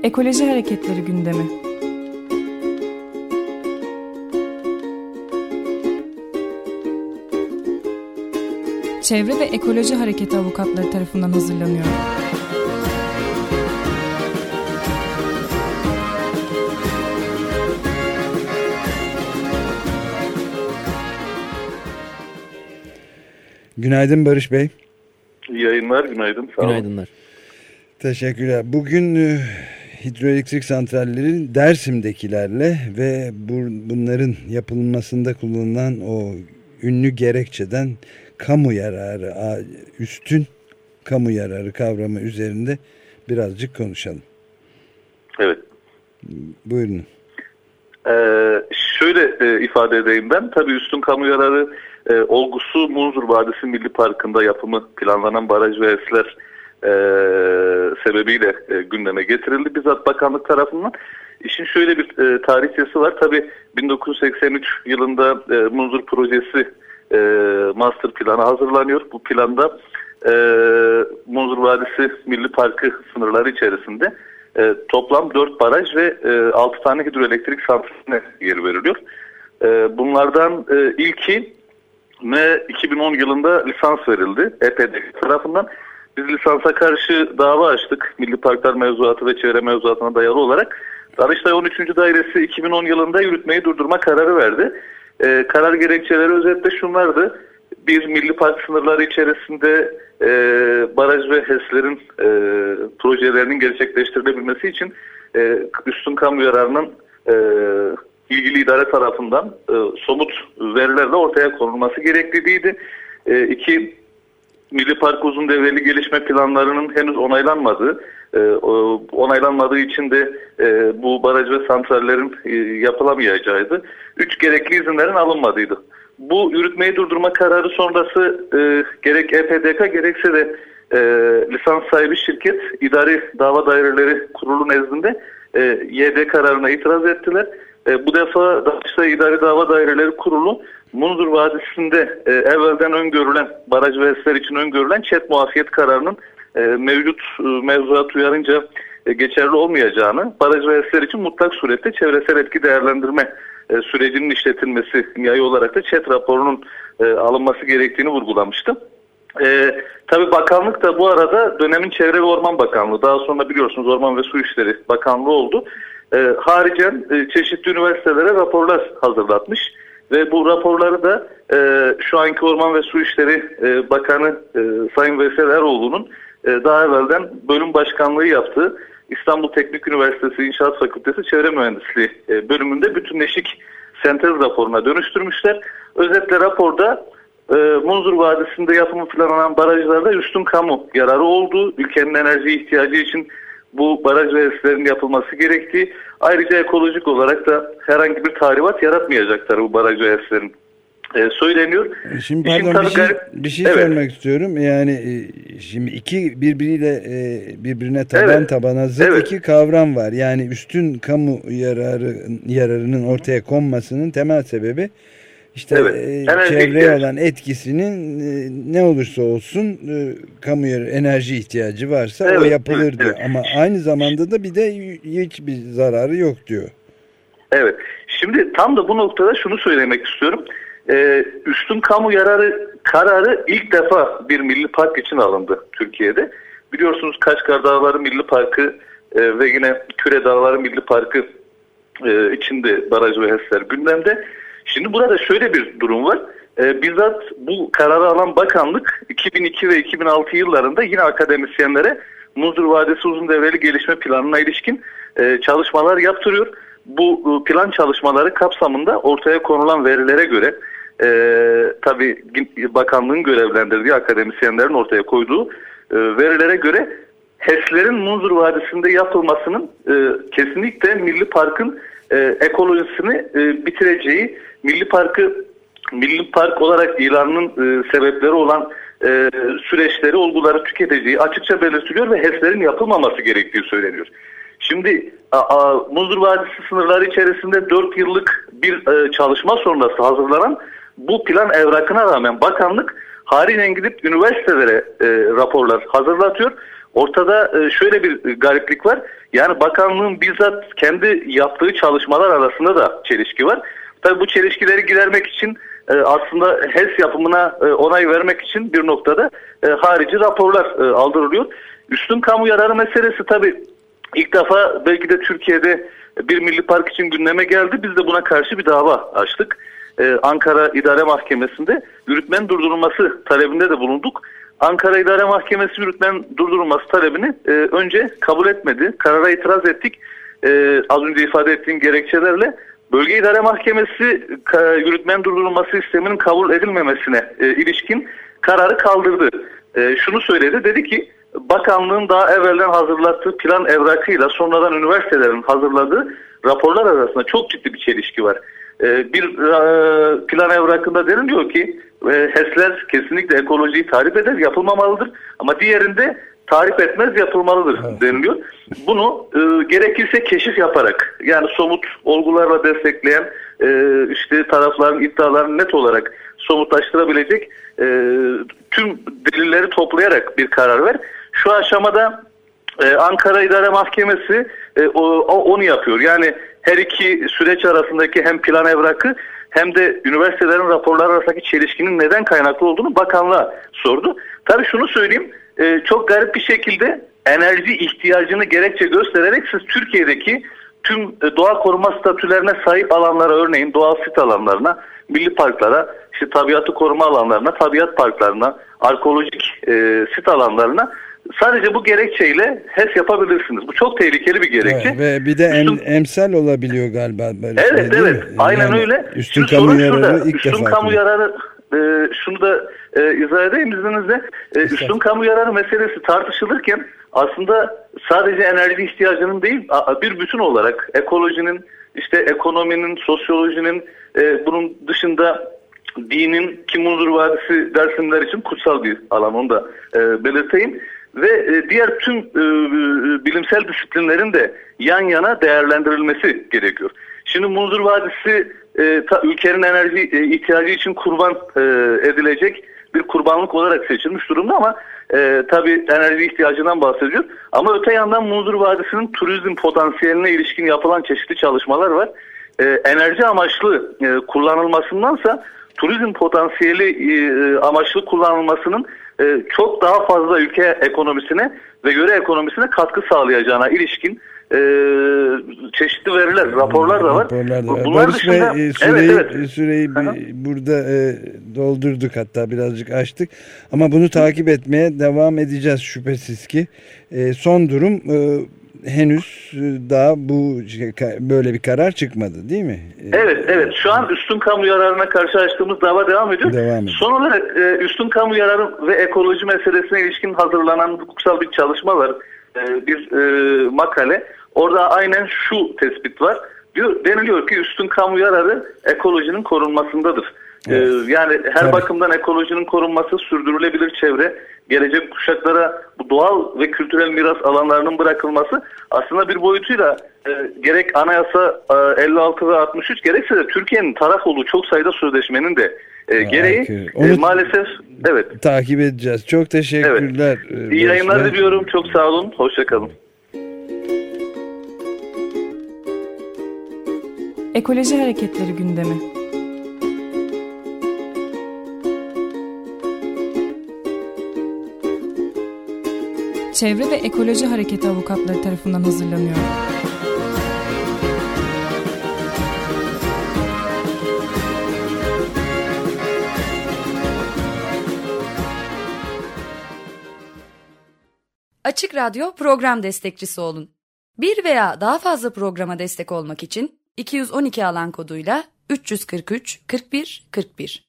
Ekoloji hareketleri gündemi. Çevre ve Ekoloji Hareketi avukatları tarafından hazırlanıyor. Günaydın Barış Bey. İyi yayınlar, günaydın. Sağ olun. Günaydınlar. Teşekkürler. Bugün hidroelektrik santrallerin Dersim'dekilerle ve bunların yapılmasında kullanılan o ünlü gerekçeden kamu yararı, üstün kamu yararı kavramı üzerinde birazcık konuşalım. Evet. Buyurun. Şöyle ifade edeyim ben. Tabii üstün kamu yararı olgusu Munzur Vadisi Milli Parkı'nda yapımı planlanan baraj ve HES'ler sebebiyle gündeme getirildi. Bizzat bakanlık tarafından. İşin şöyle bir tarihçesi var. Tabii 1983 yılında Munzur projesi master planı hazırlanıyor. Bu planda Munzur Vadisi Milli Parkı sınırları içerisinde toplam 4 baraj ve 6 tane hidroelektrik santraline yer veriliyor. Bunlardan ilki 2010 yılında lisans verildi EPD tarafından. Biz lisansa karşı dava açtık. Milli Parklar Mevzuatı ve Çevre Mevzuatı'na dayalı olarak. Danıştay 13. Dairesi 2010 yılında yürütmeyi durdurma kararı verdi. Karar gerekçeleri özetle şunlardı. Bir, milli park sınırları içerisinde baraj ve HES'lerin projelerinin gerçekleştirilebilmesi için üstün kamu yararının ilgili idare tarafından somut verilerle ortaya konulması gerekliydi. İki, milli park uzun devreli gelişme planlarının henüz onaylanmadığı için de bu baraj ve santrallerin yapılamayacağıydı. 3, gerekli izinlerin alınmadığıydı. Bu yürütmeyi durdurma kararı sonrası gerek EPDK gerekse de lisans sahibi şirket İdari Dava Daireleri Kurulu nezdinde YD kararına itiraz ettiler. Bu defa Danıştay İdari Dava Daireleri Kurulu Munzur Vadisi'nde evvelden öngörülen baraj ve HES'ler için öngörülen çet muafiyet kararının mevcut mevzuat uyarınca geçerli olmayacağını, baraj ve HES'ler için mutlak surette çevresel etki değerlendirme sürecinin işletilmesi nihai olarak da çet raporunun alınması gerektiğini vurgulamıştı. Tabii bakanlık da bu arada dönemin Çevre ve Orman Bakanlığı, daha sonra biliyorsunuz Orman ve Su İşleri Bakanlığı oldu. Haricen çeşitli üniversitelere raporlar hazırlatmış ve bu raporları da şu anki Orman ve Su İşleri Bakanı Sayın Veysel Eroğlu'nun daha evvelden bölüm başkanlığı yaptığı İstanbul Teknik Üniversitesi İnşaat Fakültesi Çevre Mühendisliği bölümünde bütünleşik sentez raporuna dönüştürmüşler. Özetle raporda Munzur Vadisi'nde yapımı planlanan barajlarda üstün kamu yararı olduğu, ülkenin enerji ihtiyacı için bu baraj ve HES'lerin yapılması gerektiği, ayrıca ekolojik olarak da herhangi bir tahribat yaratmayacakları bu baraj ve HES'lerin söyleniyor. Şimdi pardon, bir şey evet, sormak istiyorum. Yani şimdi iki birbirine tabana zıt iki kavram var. Yani üstün kamu yararının ortaya konmasının temel sebebi İşte çevreye olan etkisinin ne olursa olsun kamu enerji ihtiyacı varsa o yapılır diyor. Ama aynı zamanda da bir de hiçbir zararı yok diyor. Evet. Şimdi tam da bu noktada şunu söylemek istiyorum. Üstün kamu yararı kararı ilk defa bir milli park için alındı Türkiye'de. Biliyorsunuz Kaçkar Dağları Milli Parkı ve yine Küre Dağları Milli Parkı içinde baraj ve HES'ler gündemde. Şimdi burada şöyle bir durum var. Bizzat bu kararı alan bakanlık 2002 ve 2006 yıllarında yine akademisyenlere Munzur Vadisi uzun devreli gelişme planına ilişkin çalışmalar yaptırıyor. Bu plan çalışmaları kapsamında ortaya konulan verilere göre tabii bakanlığın görevlendirdiği akademisyenlerin ortaya koyduğu verilere göre HES'lerin Munzur Vadisi'nde yapılmasının kesinlikle Milli Park'ın ekolojisini bitireceği, Milli Park olarak ilanının sebepleri olan süreçleri, olguları tüketeceği açıkça belirtiliyor ve HES'lerin yapılmaması gerektiği söyleniyor. Şimdi Munzur Vadisi sınırları içerisinde 4 yıllık bir çalışma sonrası hazırlanan bu plan evrakına rağmen bakanlık hariyen gidip üniversitelere raporlar hazırlatıyor. Ortada şöyle bir gariplik var. Yani bakanlığın bizzat kendi yaptığı çalışmalar arasında da çelişki var. Tabii bu çelişkileri gidermek için aslında HES yapımına onay vermek için bir noktada harici raporlar aldırılıyor. Üstün kamu yararı meselesi tabii ilk defa belki de Türkiye'de bir milli park için gündeme geldi. Biz de buna karşı bir dava açtık. Ankara İdare Mahkemesi'nde yürütmenin durdurulması talebinde de bulunduk. Ankara İdare Mahkemesi yürütmenin durdurulması talebini önce kabul etmedi. Karara itiraz ettik. Az önce ifade ettiğim gerekçelerle Bölge İdare Mahkemesi yürütmenin durdurulması isteminin kabul edilmemesine ilişkin kararı kaldırdı. Şunu söyledi, dedi ki bakanlığın daha evvelden hazırlattığı plan evrakıyla sonradan üniversitelerin hazırladığı raporlar arasında çok ciddi bir çelişki var. Bir plan evrakında deniliyor ki HES'ler kesinlikle ekolojiyi tahrip eder, yapılmamalıdır. Ama diğerinde tahrip etmez, yapılmalıdır deniliyor. Bunu gerekirse keşif yaparak, yani somut olgularla destekleyen işte tarafların iddialarını net olarak somutlaştırabilecek tüm delilleri toplayarak bir karar ver. Şu aşamada Ankara İdare Mahkemesi onu yapıyor. Yani her iki süreç arasındaki hem plan evrakı hem de üniversitelerin raporları arasındaki çelişkinin neden kaynaklı olduğunu bakanlığa sordu. Tabii şunu söyleyeyim, çok garip bir şekilde enerji ihtiyacını gerekçe göstererek siz Türkiye'deki tüm doğa koruma statülerine sahip alanlara, örneğin doğal sit alanlarına, milli parklara, işte tabiatı koruma alanlarına, tabiat parklarına, arkeolojik sit alanlarına sadece bu gerekçeyle HES yapabilirsiniz. Bu çok tehlikeli bir gerekçe. Evet, ve bir de emsal olabiliyor galiba böyle. Evet, şey, evet. Aynen yani öyle. Üstün kamu yararı ilk defa. Üstün kamu yararı, şunu da izah edeyim izninizle. Üstün kamu yararı meselesi tartışılırken aslında sadece enerji ihtiyacının değil, bir bütün olarak ekolojinin, işte ekonominin, sosyolojinin, bunun dışında dinin, Kim Uludur'u Vadisi dersimler için kutsal bir alan, onu da belirteyim. Ve diğer tüm bilimsel disiplinlerin de yan yana değerlendirilmesi gerekiyor. Şimdi Munzur Vadisi ülkenin enerji ihtiyacı için kurban edilecek bir kurbanlık olarak seçilmiş durumda ama tabii enerji ihtiyacından bahsediyor. Ama öte yandan Munzur Vadisi'nin turizm potansiyeline ilişkin yapılan çeşitli çalışmalar var. Enerji amaçlı kullanılmasındansa turizm potansiyeli amaçlı kullanılmasının çok daha fazla ülke ekonomisine ve yöre ekonomisine katkı sağlayacağına ilişkin çeşitli veriler, raporlar da var. Bunlar Barış dışında, süreyi burada doldurduk, hatta birazcık açtık. Ama bunu takip etmeye devam edeceğiz şüphesiz ki. Son durum henüz daha böyle bir karar çıkmadı değil mi? Evet. Şu an üstün kamu yararına karşı açtığımız dava devam ediyor. Son olarak üstün kamu yararı ve ekoloji meselesine ilişkin hazırlanan hukuksal bir çalışma var. Bir makale. Orada aynen şu tespit var. Deniliyor ki üstün kamu yararı ekolojinin korunmasındadır. Evet. Yani her bakımdan ekolojinin korunması, sürdürülebilir çevre, gelecek kuşaklara bu doğal ve kültürel miras alanlarının bırakılması aslında bir boyutuyla gerek anayasa 56 ve 63 gerekse de Türkiye'nin taraf olduğu çok sayıda sözleşmenin de gereği maalesef takip edeceğiz. Çok teşekkürler. Evet. İyi yayınlar diliyorum. Çok sağ olun. Hoşça kalın. Ekoloji hareketleri gündemi. Çevre ve Ekoloji Hareketi avukatları tarafından hazırlanıyor. Açık Radyo program destekçisi olun. Bir veya daha fazla programa destek olmak için 212 alan koduyla 343 41 41